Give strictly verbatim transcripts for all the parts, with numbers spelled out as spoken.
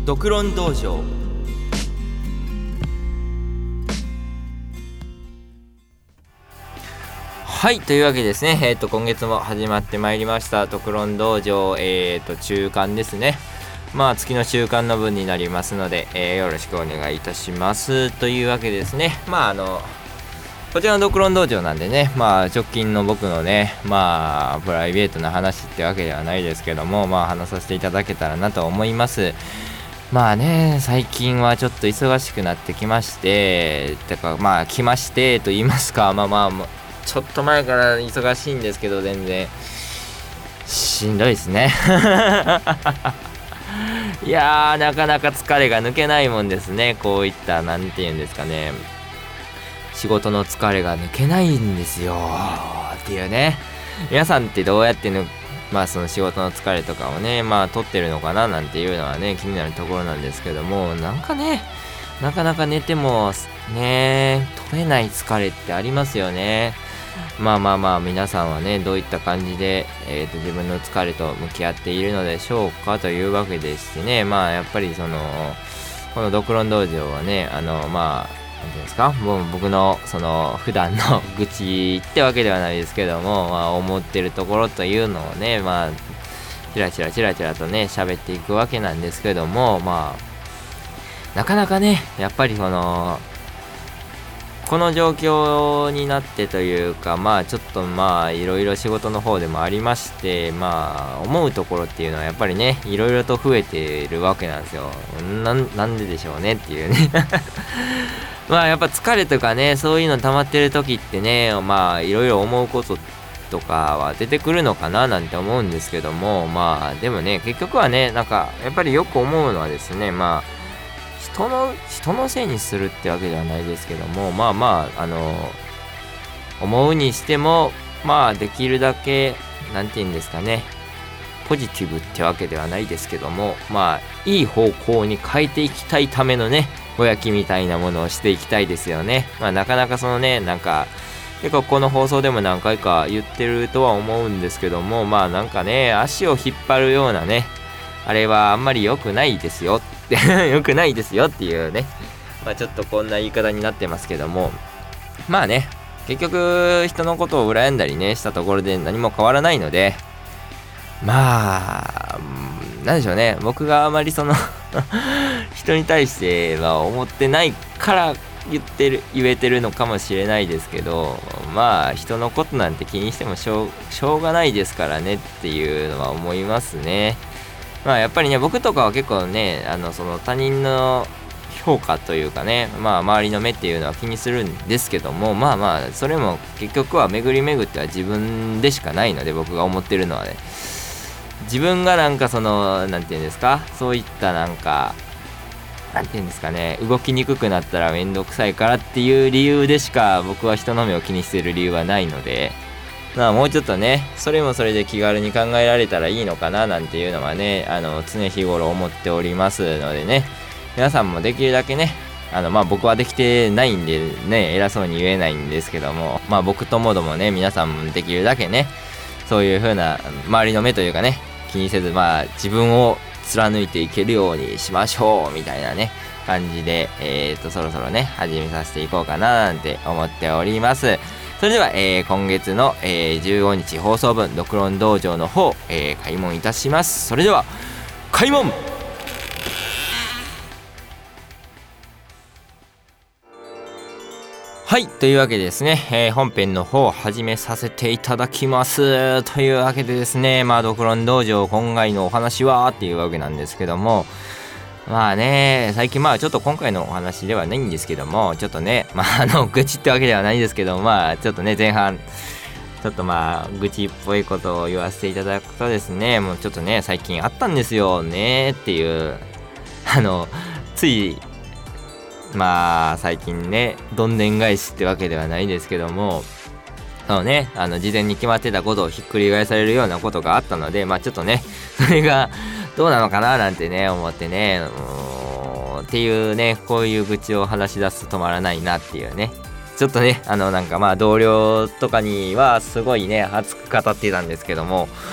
ドクロン道場。はい、というわけでですね、えー、と今月も始まってまいりましたドクロン道場、えー、と中間ですね。まあ月の中間の分になりますので、えー、よろしくお願いいたしますというわけでですね、まああのこちらのドクロン道場なんでね、まあ直近の僕のね、まあプライベートな話ってわけではないですけども、まあ話させていただけたらなと思います。まあね、最近はちょっと忙しくなってきまして、てかまあ来ましてと言いますか、まあまあちょっと前から忙しいんですけど、全然しんどいですねいやー、なかなか疲れが抜けないもんですね。こういったなんていうんですかね、仕事の疲れが抜けないんですよっていうね。皆さんってどうやってぬまあその仕事の疲れとかをね、まあ取ってるのかななんていうのはね、気になるところなんですけども、なんかね、なかなか寝てもね取れない疲れってありますよね。まあまあまあ、皆さんはねどういった感じで、えー、と自分の疲れと向き合っているのでしょうかというわけでしてね、まあやっぱりそのこのドクロン道場はね、あのまあなんていうんですか、もう僕のその普段の愚痴ってわけではないですけども、まあ思ってるところというのをね、まあチラチラチラチラとね喋っていくわけなんですけども、まあなかなかね、やっぱりそのこの状況になってというか、まあちょっとまあいろいろ仕事の方でもありまして、まあ思うところっていうのはやっぱりね、いろいろと増えているわけなんですよ。な ん, なんででしょうねっていうねまあやっぱ疲れとかね、そういうの溜まってる時ってね、まあいろいろ思うこととかは出てくるのかななんて思うんですけども、まあでもね、結局はね、なんかやっぱりよく思うのはですね、まあ人の人のせいにするってわけではないですけども、まあまああの思うにしても、まあできるだけなんて言うんですかね、ポジティブってわけではないですけども、まあいい方向に変えていきたいためのね、ぼやきみたいなものをしていきたいですよね。まあなかなかそのね、なんか結構この放送でも何回か言ってるとは思うんですけども、まあなんかね、足を引っ張るようなね、あれはあんまり良くないですよって良くないですよっていうね、まあちょっとこんな言い方になってますけども、まあね、結局人のことを羨んだりねしたところで何も変わらないので、まあなんでしょうね、僕があまりその人に対しては思ってないから言ってる言えてるのかもしれないですけど、まあ人のことなんて気にしてもしょう、しょうがないですからねっていうのは思いますね。まあやっぱりね、僕とかは結構ね、あのその他人の評価というかね、まあ周りの目っていうのは気にするんですけども、まあまあそれも結局は巡り巡っては自分でしかないので、僕が思ってるのはね、自分がなんかそのなんていうんですか、そういったなんかなんていうんですかね、動きにくくなったらめんどくさいからっていう理由でしか僕は人の目を気にしてる理由はないので、まあもうちょっとね、それもそれで気軽に考えられたらいいのかななんていうのはね、あの常日頃思っておりますのでね、皆さんもできるだけね、あのまあ僕はできてないんでね、偉そうに言えないんですけども、まあ僕ともどもね、皆さんもできるだけね、そういう風な周りの目というかね、気にせず、まあ自分を貫いていけるようにしましょうみたいなね感じで、えーとそろそろね始めさせていこうかななんて思っております。それでは、えー、今月の、えー、じゅうごにち放送分ドクロン道場の方、えー、開門いたします。それでは開門。はい、というわけでですね、えー、本編の方を始めさせていただきますというわけでですね、まあドクロン道場今回のお話はっていうわけなんですけども、まあね、最近まあちょっと今回のお話ではないんですけども、ちょっとね、まああの愚痴ってわけではないですけど、まあちょっとね前半ちょっとまあ愚痴っぽいことを言わせていただくとですね、もうちょっとね最近あったんですよねっていう、あのついまあ最近ねどんでん返しってわけではないですけども、そのね、あの事前に決まってたことをひっくり返されるようなことがあったので、まあちょっとねそれがどうなのかななんてね思ってね、うっていうね、こういう愚痴を話し出すと止まらないなっていうね、ちょっとね、あのなんかまあ同僚とかにはすごいね熱く語ってたんですけども、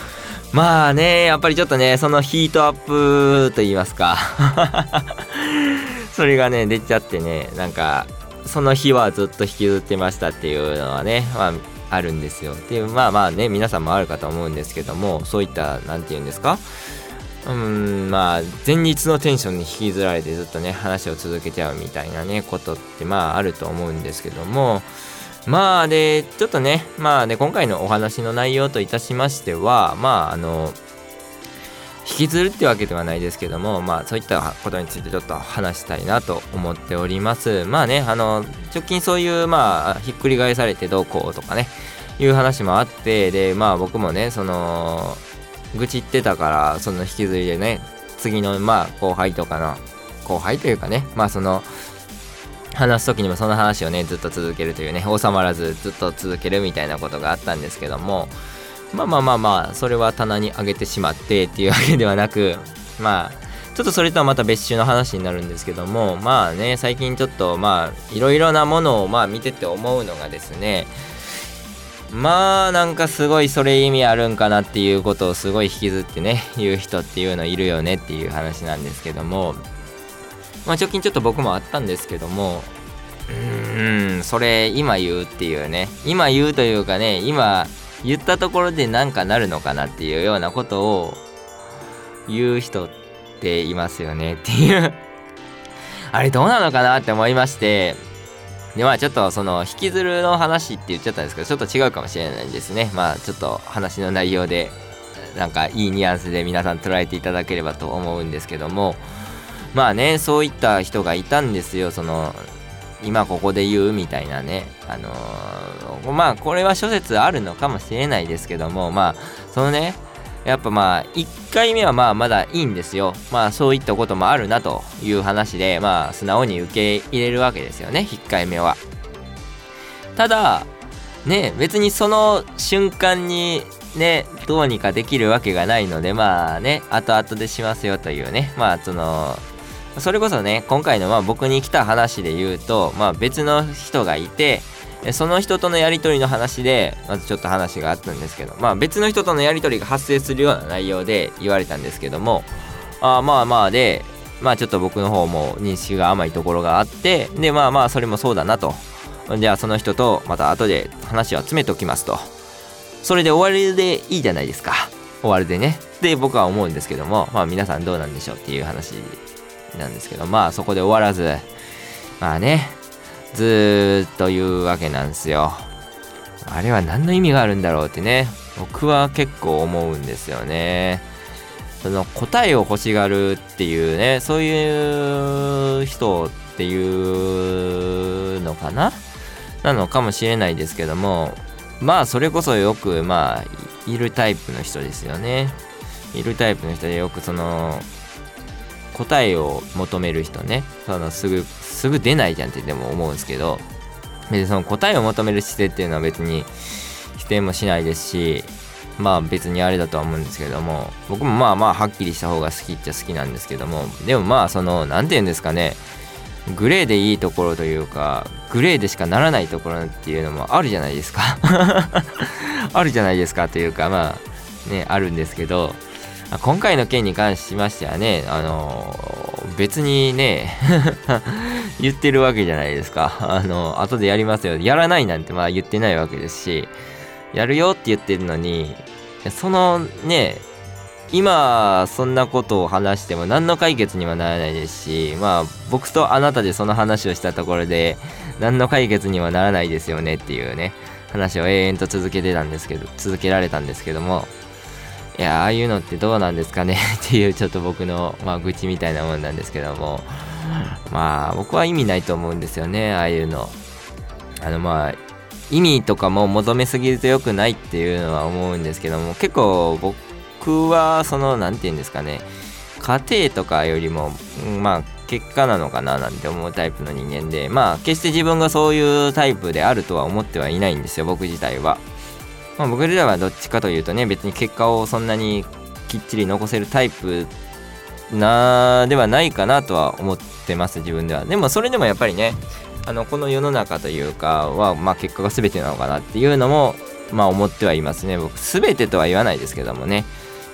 まあねやっぱりちょっとねそのヒートアップと言いますかそれがね出ちゃってね、なんかその日はずっと引きずってましたっていうのはね、まああるんですよ。っていうまあまあね皆さんもあるかと思うんですけども、そういったなんて言うんですか、うーんまあ前日のテンションに引きずられてずっとね話を続けちゃうみたいなねことってまああると思うんですけども、まあでちょっとねまあで今回のお話の内容といたしましては、まああの引きずるってわけではないですけども、まあそういったことについてちょっと話したいなと思っております。まあねあの直近そういうまあひっくり返されてどうこうとかねいう話もあって、でまあ僕もねその愚痴ってたからその引きずりでね次のまあ後輩とかの後輩というかねまあその話す時にもその話をねずっと続けるというね、収まらずずっと続けるみたいなことがあったんですけども、まあまあまあまあそれは棚に上げてしまってっていうわけではなく、まあちょっとそれとはまた別種の話になるんですけども、まあね最近ちょっとまあいろいろなものをまあ見てて思うのがですね、まあなんかすごいそれ意味あるんかなっていうことをすごい引きずってね言う人っていうのいるよねっていう話なんですけども、まあ直近ちょっと僕もあったんですけども、うーんそれ今言うっていうね、今言うというかね今言ったところでなんかなるのかなっていうようなことを言う人っていますよねっていうあれどうなのかなって思いまして、でまあちょっとその引きずるの話って言っちゃったんですけどちょっと違うかもしれないですね。まあちょっと話の内容でなんかいいニュアンスで皆さん捉えていただければと思うんですけども、まあねそういった人がいたんですよ。その今ここで言うみたいなね、あのー、まあこれは諸説あるのかもしれないですけども、まあそのねやっぱまあいっかいめはまあまだいいんですよ。まあそういったこともあるなという話でまあ素直に受け入れるわけですよね、いっかいめは。ただね別にその瞬間にねどうにかできるわけがないので、まあね後々でしますよというね、まあそのそれこそね今回のまあ僕に来た話で言うと、まあ別の人がいてその人とのやり取りの話でまずちょっと話があったんですけど、まあ別の人とのやり取りが発生するような内容で言われたんですけども、あまあまあでまあちょっと僕の方も認識が甘いところがあって、でまあまあそれもそうだなと、じゃあその人とまた後で話を詰めておきますと、それで終わりでいいじゃないですか、終わりでねで僕は思うんですけども、まあ皆さんどうなんでしょうっていう話なんですけど、まあそこで終わらずまあねずーっと言うわけなんですよ。あれは何の意味があるんだろうってね僕は結構思うんですよね。その答えを欲しがるっていうねそういう人っていうのかななのかもしれないですけども、まあそれこそよくまあいるタイプの人ですよね。いるタイプの人でよくその答えを求める人ね、そのすぐすぐ出ないじゃんってでも思うんですけど、別にその答えを求める姿勢っていうのは別に否定もしないですし、まあ別にあれだとは思うんですけども、僕もまあまあはっきりした方が好きっちゃ好きなんですけども、でもまあそのなんて言うんですかね、グレーでいいところというかグレーでしかならないところっていうのもあるじゃないですかあるじゃないですかというかまあねあるんですけど、今回の件に関しましてはね、あのー、別にね言ってるわけじゃないですか。あの後でやりますよ、やらないなんてまあ言ってないわけですし、やるよって言ってるのにそのね今そんなことを話しても何の解決にはならないですし、まあ僕とあなたでその話をしたところで何の解決にはならないですよねっていうね話を永遠と続けてたんですけど続けられたんですけども、いやああいうのってどうなんですかねっていうちょっと僕のまあ愚痴みたいなもんなんですけども、まあ僕は意味ないと思うんですよね。ああいうのあのまあ意味とかも求めすぎると良くないっていうのは思うんですけども、結構僕はそのなんて言うんですかね、過程とかよりもまあ結果なのかななんて思うタイプの人間で、まあ決して自分がそういうタイプであるとは思ってはいないんですよ、僕自体は。まあ、僕自体はどっちかというとね、別に結果をそんなにきっちり残せるタイプなではないかなとは思ってます自分では。でもそれでもやっぱりね、あのこの世の中というかはまあ結果が全てなのかなっていうのもまあ思ってはいますね。僕全てとは言わないですけどもね、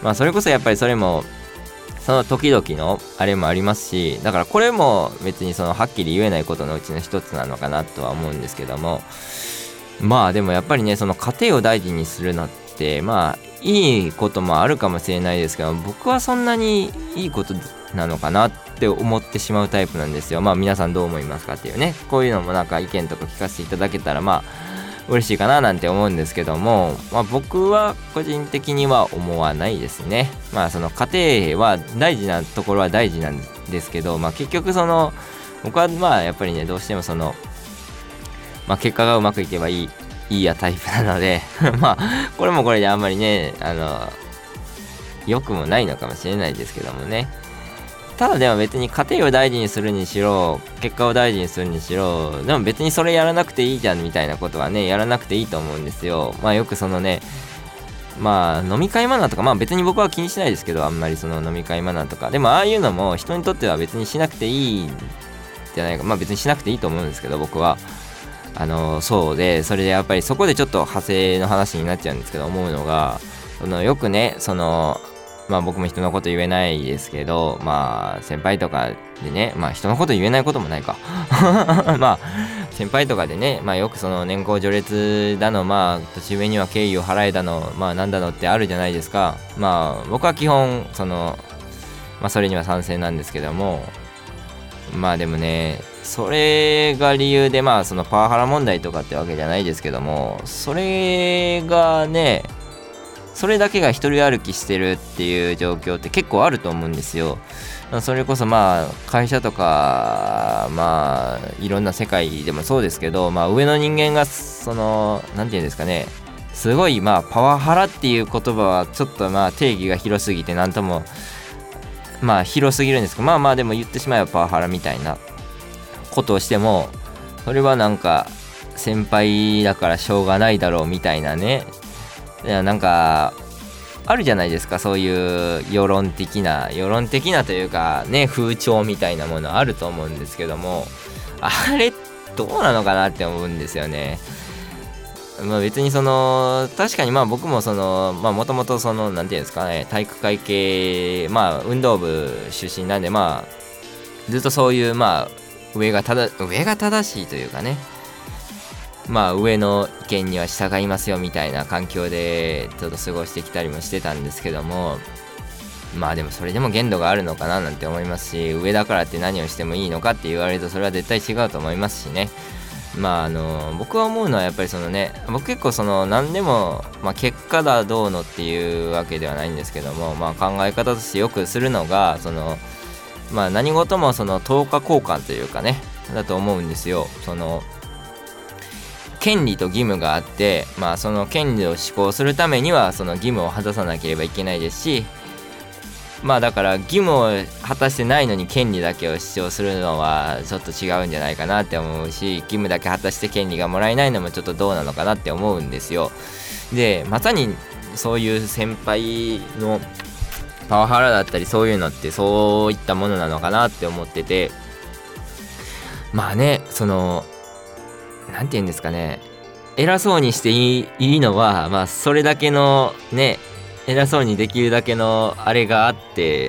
まあそれこそやっぱりそれもその時々のあれもありますし、だからこれも別にそのはっきり言えないことのうちの一つなのかなとは思うんですけども、まあでもやっぱりね、その家庭を大事にするのってまあいいこともあるかもしれないですけど、僕はそんなにいいことなのかなって思ってしまうタイプなんですよ。まあ皆さんどう思いますかっていうね、こういうのもなんか意見とか聞かせていただけたらまあ嬉しいかななんて思うんですけども、まあ、僕は個人的には思わないですね。まあその家庭は大事なところは大事なんですけど、まあ結局その僕はまあやっぱりね、どうしてもそのまあ結果がうまくいけばいいいいやタイプなのでまあこれもこれであんまりね、あの良くもないのかもしれないですけどもね。ただでも別に家庭を大事にするにしろ、結果を大事にするにしろ、でも別にそれやらなくていいじゃんみたいなことはね、やらなくていいと思うんですよ。まあよくそのね、まあ飲み会マナーとか、まあ別に僕は気にしないですけど、あんまりその飲み会マナーとかでもああいうのも人にとっては別にしなくていいじゃないか、まあ別にしなくていいと思うんですけど、僕はあのそうで、それでやっぱりそこでちょっと派生の話になっちゃうんですけど、思うのがそのよくね、そのまあ僕も人のこと言えないですけど、まあ先輩とかでね、まあ人のこと言えないこともないかまあ先輩とかでね、まあよくその年功序列だの、まあ年上には敬意を払えだの、まあなんだのってあるじゃないですか。まあ僕は基本そのまあそれには賛成なんですけども、まあでもね、それが理由でまあそのパワハラ問題とかってわけじゃないですけども、それがね、それだけが一人歩きしてるっていう状況って結構あると思うんですよ。それこそまあ会社とかまあいろんな世界でもそうですけど、まあ上の人間がそのなんていうんですかね、すごいまあパワハラっていう言葉はちょっとまあ定義が広すぎてなんともまあ広すぎるんですけど、まあまあでも言ってしまえばパワハラみたいなことをしても、それはなんか先輩だからしょうがないだろうみたいなね、いやなんかあるじゃないですか、そういう世論的な世論的なというかね、風潮みたいなものあると思うんですけども、あれどうなのかなって思うんですよね。まあ別にその確かにまあ僕もそのまあもともとそのなんていうんですかね、体育会系まあ運動部出身なんで、まあずっとそういうまあ上がただ上が正しいというかね、まあ上の意見には従いますよみたいな環境でちょっと過ごしてきたりもしてたんですけども、まあでもそれでも限度があるのかななんて思いますし、上だからって何をしてもいいのかって言われるとそれは絶対違うと思いますしね。まああの僕は思うのはやっぱりそのね、僕結構その何でもまあ結果だどうのっていうわけではないんですけども、まあ考え方としてよくするのがそのまあ何事もその等価交換というかねだと思うんですよ。その権利と義務があって、まあその権利を施行するためにはその義務を果たさなければいけないですし、まあだから義務を果たしてないのに権利だけを主張するのはちょっと違うんじゃないかなって思うし、義務だけ果たして権利がもらえないのもちょっとどうなのかなって思うんですよ。でまさにそういう先輩のパワハラだったりそういうのってそういったものなのかなって思ってて、まあね、そのなんて言うんですかね、偉そうにしていい、いいのはまあそれだけのね、偉そうにできるだけのあれがあって、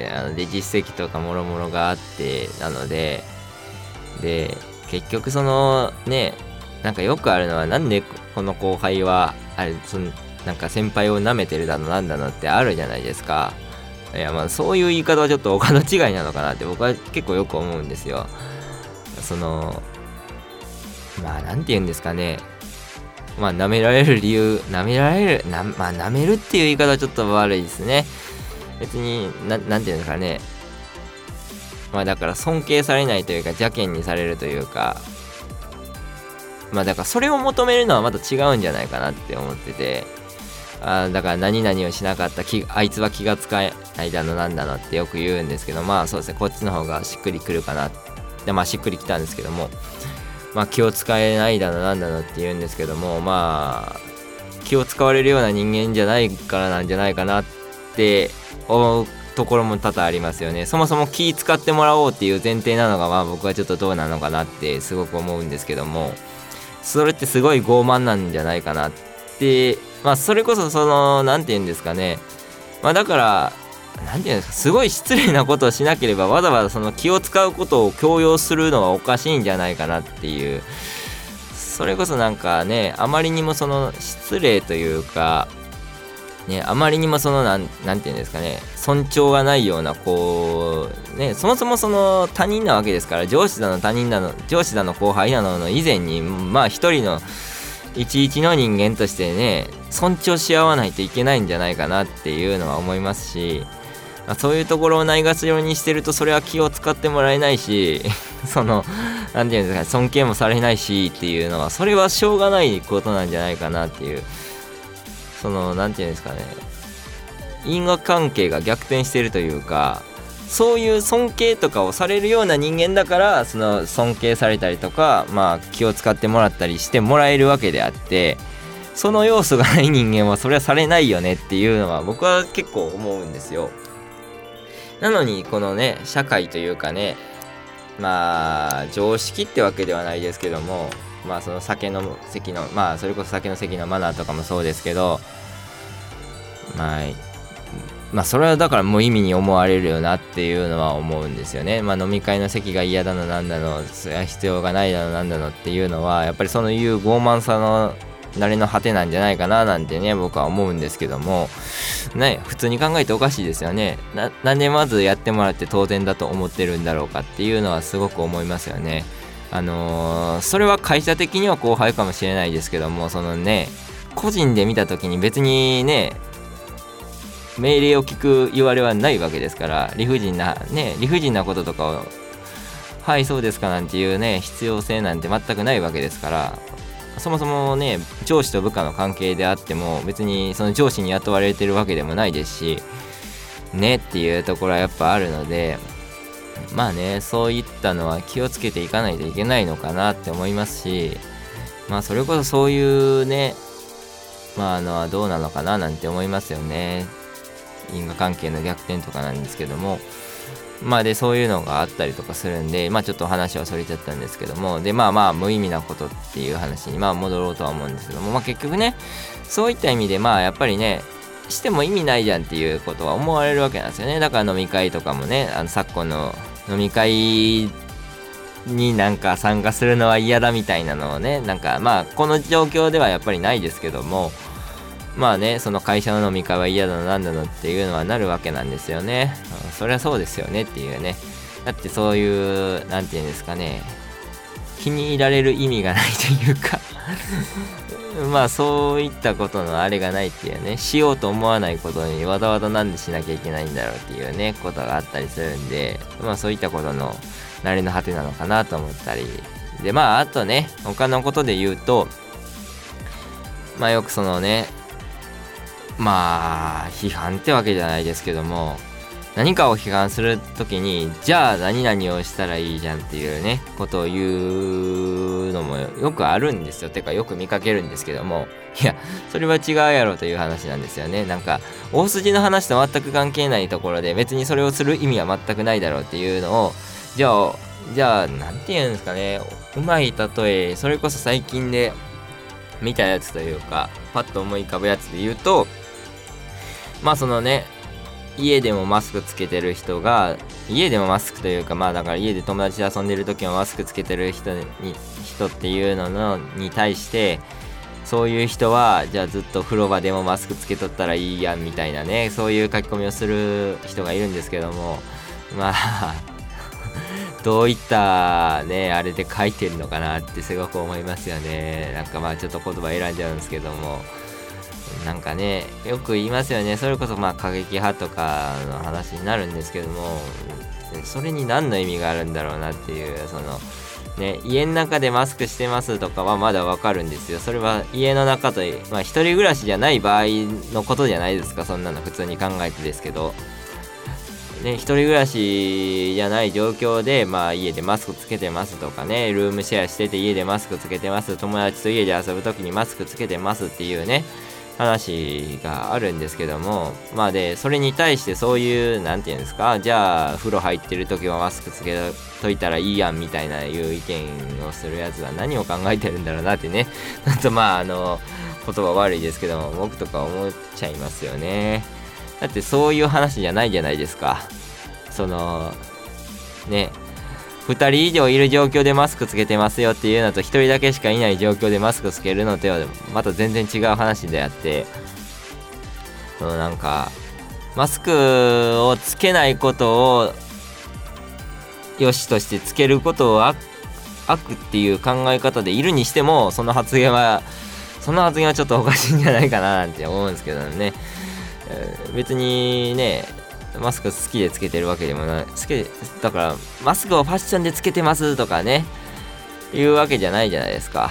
あので実績とかもろもろがあってなので、で結局そのね、なんかよくあるのはなんでこの後輩はあれそのなんか先輩を舐めてるだのなんだのってあるじゃないですか。いやまあそういう言い方はちょっとお門違いなのかなって僕は結構よく思うんですよ。そのまあなんて言うんですかね、まあ舐められる理由、舐められるな、まあ舐めるっていう言い方はちょっと悪いですね。別にななんて言うんですかね、まあだから尊敬されないというか邪険にされるというか、まあだからそれを求めるのはまた違うんじゃないかなって思ってて、あだから何々をしなかったきあいつは気がつかないだのなんだのってよく言うんですけど、まあそうですね、こっちの方がしっくりくるかな。でまあしっくりきたんですけども、まあ気を使えないだのなんだのって言うんですけども、まあ気を使われるような人間じゃないからなんじゃないかなって思うところも多々ありますよね。そもそも気使ってもらおうっていう前提なのがまあ僕はちょっとどうなのかなってすごく思うんですけども、それってすごい傲慢なんじゃないかなって、まあそれこそそのなんて言うんですかね、 まあだからなんていうんですか、すごい失礼なことをしなければわざわざその気を使うことを強要するのはおかしいんじゃないかなっていう、それこそなんかね、あまりにもその失礼というかね、あまりにもそのなん、なんていうんですかね、尊重がないようなこうね、そもそもその他人なわけですから、上司だの他人だの上司だの後輩なのの以前に、まあ一人の一々の人間としてね、尊重し合わないといけないんじゃないかなっていうのは思いますし、そういうところをないがしろにしてると、それは気を使ってもらえないしそのなんていうんですかね、尊敬もされないしっていうのは、それはしょうがないことなんじゃないかなっていう、そのなんていうんですかね、因果関係が逆転してるというか、そういう尊敬とかをされるような人間だから、その尊敬されたりとか、まあ気を使ってもらったりしてもらえるわけであって、その要素がない人間はそれはされないよねっていうのは僕は結構思うんですよ。なのにこのね、社会というかね、まあ常識ってわけではないですけども、まあその酒の席の、まあそれこそ酒の席のマナーとかもそうですけど、まあまあそれはだから無意味に思われるよなっていうのは思うんですよね。まあ飲み会の席が嫌だのなんだの、それは必要がないだのなんだのっていうのは、やっぱりそのいう傲慢さの慣れの果てなんじゃないかななんてね、僕は思うんですけどもね、普通に考えておかしいですよね。な, なんでまずやってもらって当然だと思ってるんだろうかっていうのはすごく思いますよね。あのー、それは会社的には後輩かもしれないですけども、そのね、個人で見た時に別にね、命令を聞く言われはないわけですから、理不尽なね、理不尽なこととかをはいそうですかなんていうね、必要性なんて全くないわけですから、そもそもね、上司と部下の関係であっても別にその上司に雇われてるわけでもないですしねっていうところはやっぱあるので、まあね、そういったのは気をつけていかないといけないのかなって思いますし、まあそれこそそういうね、まああのはどうなのかななんて思いますよね。因果関係の逆転とかなんですけども、まあでそういうのがあったりとかするんで、まあちょっと話はそれちゃったんですけども、でまあまあ無意味なことっていう話にまあ戻ろうとは思うんですけども、まあ結局ね、そういった意味でまあやっぱりね、しても意味ないじゃんっていうことは思われるわけなんですよね。だから飲み会とかもね、あの昨今の飲み会になんか参加するのは嫌だみたいなのをね、なんかまあこの状況ではやっぱりないですけども、まあね、その会社の飲み会は嫌だのなんだのっていうのはなるわけなんですよね。そりゃそうですよねっていうね。だってそういうなんていうんですかね、気に入られる意味がないというかまあそういったことのあれがないっていうね、しようと思わないことにわざわざなんでしなきゃいけないんだろうっていうね、ことがあったりするんで、まあそういったことの慣れの果てなのかなと思ったりで、まああとね、他のことで言うと、まあよくそのね、まあ批判ってわけじゃないですけども、何かを批判するときに、じゃあ何々をしたらいいじゃんっていうね、ことを言うのもよくあるんですよ。てかよく見かけるんですけども、いやそれは違うやろという話なんですよね。なんか大筋の話と全く関係ないところで、別にそれをする意味は全くないだろうっていうのを、じゃあじゃあなんて言うんですかね、うまい例え、それこそ最近で見たやつというか、パッと思い浮かぶやつで言うと、まあそのね、家でもマスクつけてる人が、家でもマスクというか、まあだから家で友達で遊んでる時もマスクつけてる人に人っていうののに対して、そういう人はじゃあずっと風呂場でもマスクつけとったらいいやんみたいなね、そういう書き込みをする人がいるんですけども、まあどういったねあれで書いてるのかなってすごく思いますよね。なんかまあちょっと言葉選んじゃうんですけども、なんかね、よく言いますよね。それこそまあ過激派とかの話になるんですけども、それに何の意味があるんだろうなっていう、そのね、家の中でマスクしてますとかはまだわかるんですよ。それは家の中と、まあ一人暮らしじゃない場合のことじゃないですか。そんなの普通に考えてですけどね、一人暮らしじゃない状況で、まあ家でマスクつけてますとかね、ルームシェアしてて家でマスクつけてます、友達と家で遊ぶときにマスクつけてますっていうね話があるんですけども、まあでそれに対してそういうなんていうんですか、じゃあ風呂入ってる時はマスクつけといたらいいやんみたいないう意見をするやつは何を考えてるんだろうなってね、ちょっとまああの言葉悪いですけども僕とか思っちゃいますよね。 だってそういう話じゃないじゃないですか。そのねふたり以上いる状況でマスクつけてますよっていうのとひとりだけしかいない状況でマスクつけるのとはまた全然違う話であって、そのなんかマスクをつけないことを良しとしてつけることを悪っていう考え方でいるにしても、その発言はその発言はちょっとおかしいんじゃないかななんて思うんですけどね。別にねマスク好きでつけてるわけでもない、好きだからマスクをファッションでつけてますとかねいうわけじゃないじゃないですか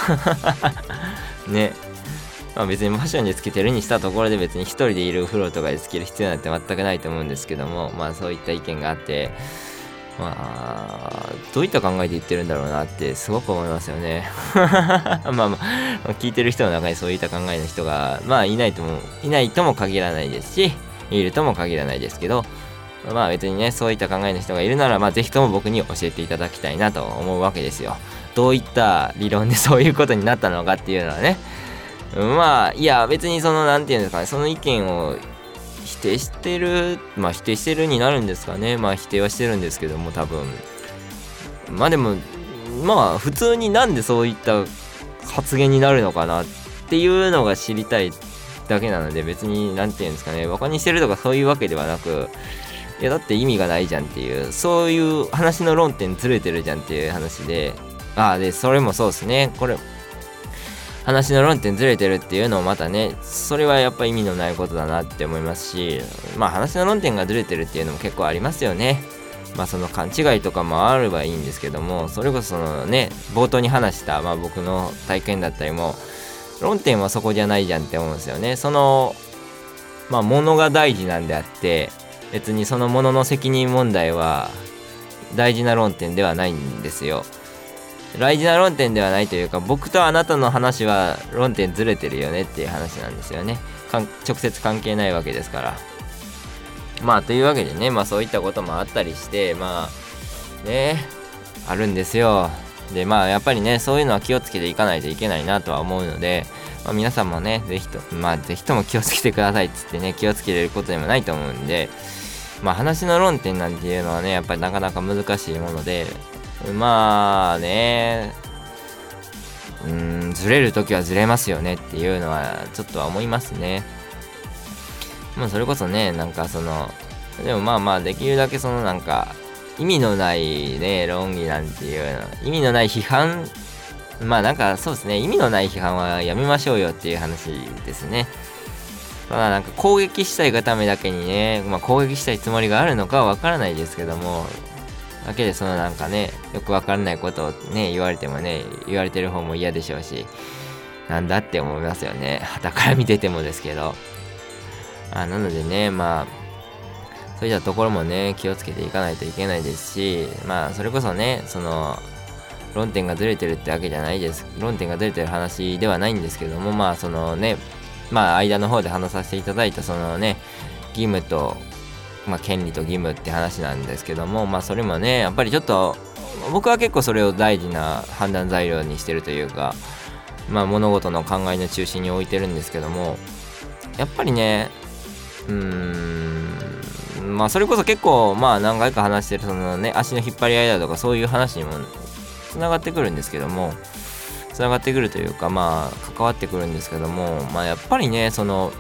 ね、まあ、別にファッションでつけてるにしたところで別に一人でいる風呂とかでつける必要なんて全くないと思うんですけども、まあそういった意見があって、まあどういった考えで言ってるんだろうなってすごく思いますよねまあまあ聞いてる人の中にそういった考えの人がまあいないともいないとも限らないですし、いるとも限らないですけど、まあ別にねそういった考えの人がいるなら、まあぜひとも僕に教えていただきたいなと思うわけですよ。どういった理論でそういうことになったのかっていうのはね、まあいや別にそのなんていうんですかね、その意見を否定してる、まあ否定してるになるんですかね。まあ否定はしてるんですけども多分、まあでもまあ普通になんでそういった発言になるのかなっていうのが知りたいだけなので、別になんていうんですかね、バカにしてるとかそういうわけではなく、いやだって意味がないじゃんっていう、そういう話の論点ずれてるじゃんっていう話で、ああでそれもそうですね、これ話の論点ずれてるっていうのもまたね、それはやっぱ意味のないことだなって思いますし、まあ話の論点がずれてるっていうのも結構ありますよね。まあその勘違いとかもあればいいんですけども、それこそそのね冒頭に話したまあ僕の体験だったりも、論点はそこじゃないじゃんって思うんですよね。そのまあ物が大事なんであって、別にその物の責任問題は大事な論点ではないんですよ。大事な論点ではないというか、僕とあなたの話は論点ずれてるよねっていう話なんですよね。かん直接関係ないわけですから。まあというわけでね、まあそういったこともあったりして、まあねあるんですよ。でまあやっぱりねそういうのは気をつけていかないといけないなとは思うので、まあ、皆さんもねぜひとまあぜひとも気をつけてくださいっつってね、気をつけれることでもないと思うんで、まあ話の論点なんていうのはねやっぱりなかなか難しいもので、まあねうーんずれるときはずれますよねっていうのはちょっとは思いますね。まあそれこそねなんかそのでもまあまあできるだけそのなんか意味のないね論議なんていうの意味のない批判、まあなんかそうですね、意味のない批判はやめましょうよっていう話ですね。まあなんか攻撃したいがためだけにね、まあ攻撃したいつもりがあるのかはわからないですけども、だけでそのなんかねよくわからないことをね言われてもね、言われてる方も嫌でしょうし、なんだって思いますよね、傍から見ててもですけど。あなのでねまあそういったところもね気をつけていかないといけないですし、まあそれこそねその論点がずれてるってわけじゃないです。論点がずれてる話ではないんですけども、まあそのねまあ間の方で話させていただいたそのね義務とまあ権利と義務って話なんですけども、まあそれもねやっぱりちょっと僕は結構それを大事な判断材料にしてるというか、まあ物事の考えの中心に置いてるんですけども、やっぱりねうーんまあそれこそ結構まあ何回か話してるそのね足の引っ張り合いだとかそういう話にもつながってくるんですけども、つながってくるというかまあ関わってくるんですけども、まあやっぱりねその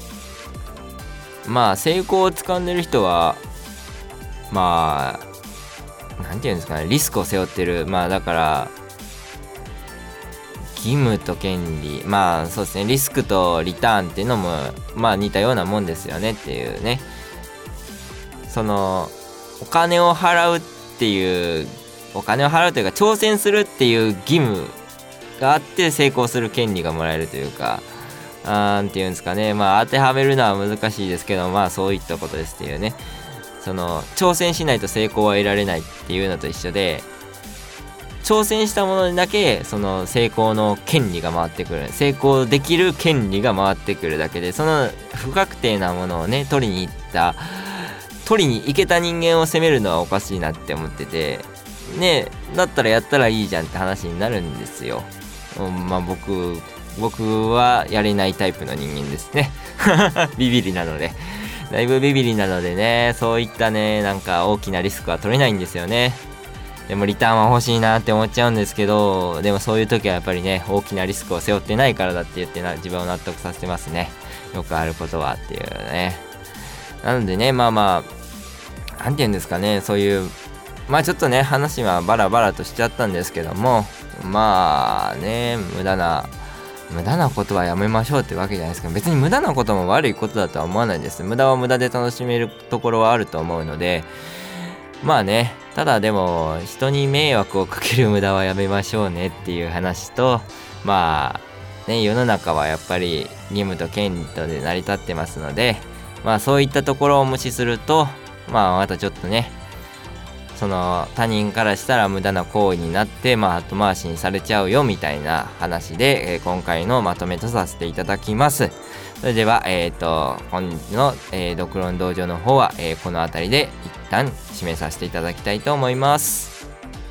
まあ成功をつかんでる人はまあなんていうんですかね、リスクを背負ってる、まあだから義務と権利、まあそうですね、リスクとリターンっていうのもまあ似たようなもんですよねっていうね。そのお金を払うっていうお金を払うというか挑戦するっていう義務があって成功する権利がもらえるというか、なんていうんですかね、まあ当てはめるのは難しいですけど、まあそういったことですっていうね。その挑戦しないと成功は得られないっていうのと一緒で、挑戦したものにだけその成功の権利が回ってくる、成功できる権利が回ってくるだけで、その不確定なものをね取りに行った取りに行けた人間を責めるのはおかしいなって思っててね、だったらやったらいいじゃんって話になるんですよ。うん、まあ僕僕はやれないタイプの人間ですねビビりなのでだいぶビビリなのでね、そういったねなんか大きなリスクは取れないんですよね。でもリターンは欲しいなって思っちゃうんですけど、でもそういう時はやっぱりね大きなリスクを背負ってないからだって言ってな自分を納得させてますね。よくあることはっていうね。なのでね、まあまあなんて言うんですかね、そういうまあちょっとね話はバラバラとしちゃったんですけども、まあね無駄な無駄なことはやめましょうってわけじゃないですけど、別に無駄なことも悪いことだとは思わないです。無駄は無駄で楽しめるところはあると思うので、まあね、ただでも人に迷惑をかける無駄はやめましょうねっていう話と、まあね世の中はやっぱり義務と権利とで成り立ってますので、まあそういったところを無視すると、まあまたちょっとねその他人からしたら無駄な行為になって、まあ後回しにされちゃうよみたいな話で、えー、今回のまとめとさせていただきます。それではえっ、ー、と本日の、えー、ドクロン道場の方は、えー、この辺りで一旦締めさせていただきたいと思います。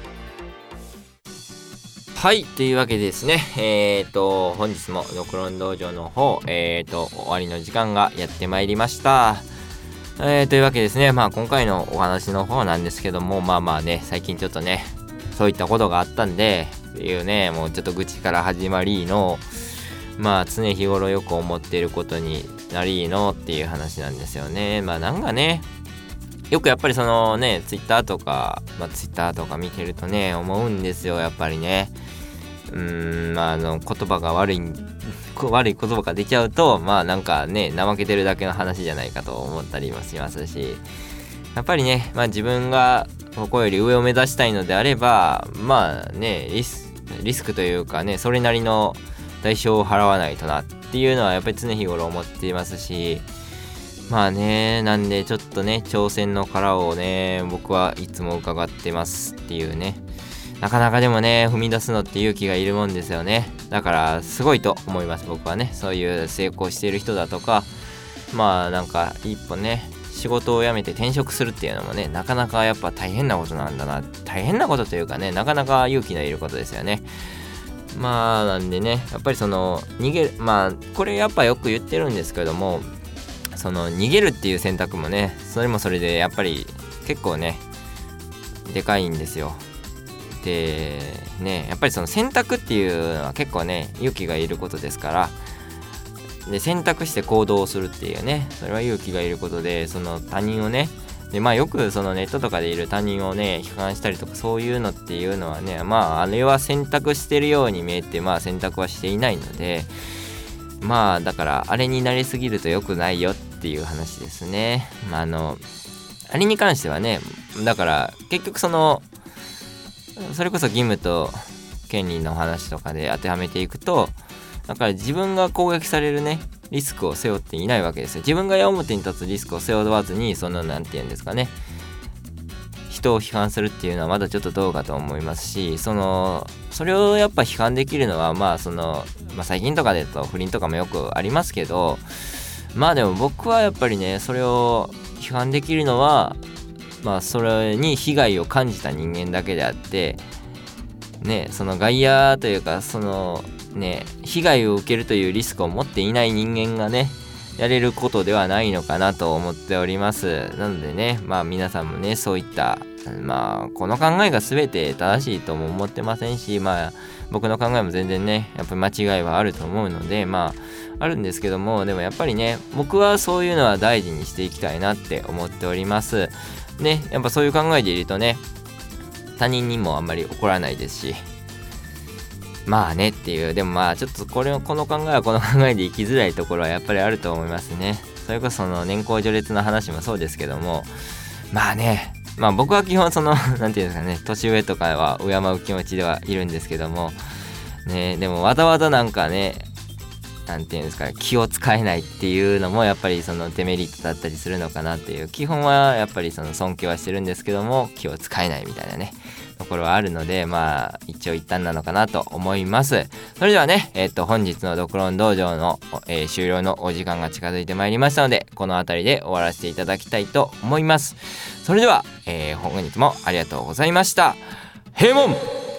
はい、というわけでですね、えっ、ー、と本日もドクロン道場の方、えっ、ー、と終わりの時間がやってまいりました。えー、というわけですね、まあ今回のお話の方なんですけども、まあまあね最近ちょっとねそういったことがあったんでっていうね、もうちょっと愚痴から始まりの、まあ常日頃よく思っていることになりのっていう話なんですよね。まあなんかねよくやっぱりそのねツイッターとかまあツイッターとか見てるとね思うんですよ。やっぱりねうーんまああの言葉が悪い悪い言葉が出ちゃうと、まあなんかね怠けてるだけの話じゃないかと思ったりもしますし、やっぱりねまあ自分がここより上を目指したいのであれば、まあねリスリスクというかねそれなりの代償を払わないとなっていうのはやっぱり常日頃思っていますし、まあねなんでちょっとね挑戦の殻をね僕はいつも伺ってますっていうね。なかなかでもね踏み出すのって勇気がいるもんですよね。だからすごいと思います僕はね。そういう成功している人だとか、まあなんか一歩ね仕事を辞めて転職するっていうのもねなかなかやっぱ大変なことなんだな。大変なことというかねなかなか勇気のいることですよね。まあなんでねやっぱりその逃げるまあこれやっぱよく言ってるんですけども、その逃げるっていう選択もねそれもそれでやっぱり結構ねでかいんですよ。でねやっぱりその選択っていうのは結構ね勇気がいることですから、で選択して行動をするっていうねそれは勇気がいることで、その他人をねでまあよくそのネットとかでいる他人をね批判したりとかそういうのっていうのはね、まああれは選択してるように見えてまあ選択はしていないので、まあだからあれになりすぎると良くないよっていう話ですね。まああのあれに関してはねだから結局そのそれこそ義務と権利の話とかで当てはめていくと、だから自分が攻撃されるねリスクを背負っていないわけですよ。自分が矢面に立つリスクを背負わずにそのなんて言うんですかね人を批判するっていうのはまだちょっとどうかと思いますし、そのそれをやっぱ批判できるのはまあその、まあ、最近とかで言うと不倫とかもよくありますけど、まあでも僕はやっぱりねそれを批判できるのはまあそれに被害を感じた人間だけであってね、その外野というかそのね被害を受けるというリスクを持っていない人間がねやれることではないのかなと思っております。なのでねまあ皆さんもねそういったまあこの考えが全て正しいとも思ってませんし、まあ僕の考えも全然ねやっぱり間違いはあると思うのでまああるんですけども、でもやっぱりね僕はそういうのは大事にしていきたいなって思っておりますね。やっぱそういう考えでいるとね他人にもあんまり怒らないですし、まあねっていう、でもまあちょっとこれこの考えはこの考えで生きづらいところはやっぱりあると思いますね。それこそその年功序列の話もそうですけども、まあねまあ僕は基本そのなんていうんですかね年上とかは敬う気持ちではいるんですけどもね、でもわざわざなんかねなんていうんですかね気を使えないっていうのもやっぱりそのデメリットだったりするのかなっていう、基本はやっぱりその尊敬はしてるんですけども気を使えないみたいなねところはあるので、まあ一応一旦なのかなと思います。それではねえっと本日のドクロン道場の、えー、終了のお時間が近づいてまいりましたのでこの辺りで終わらせていただきたいと思います。それでは、えー、本日もありがとうございました。閉門。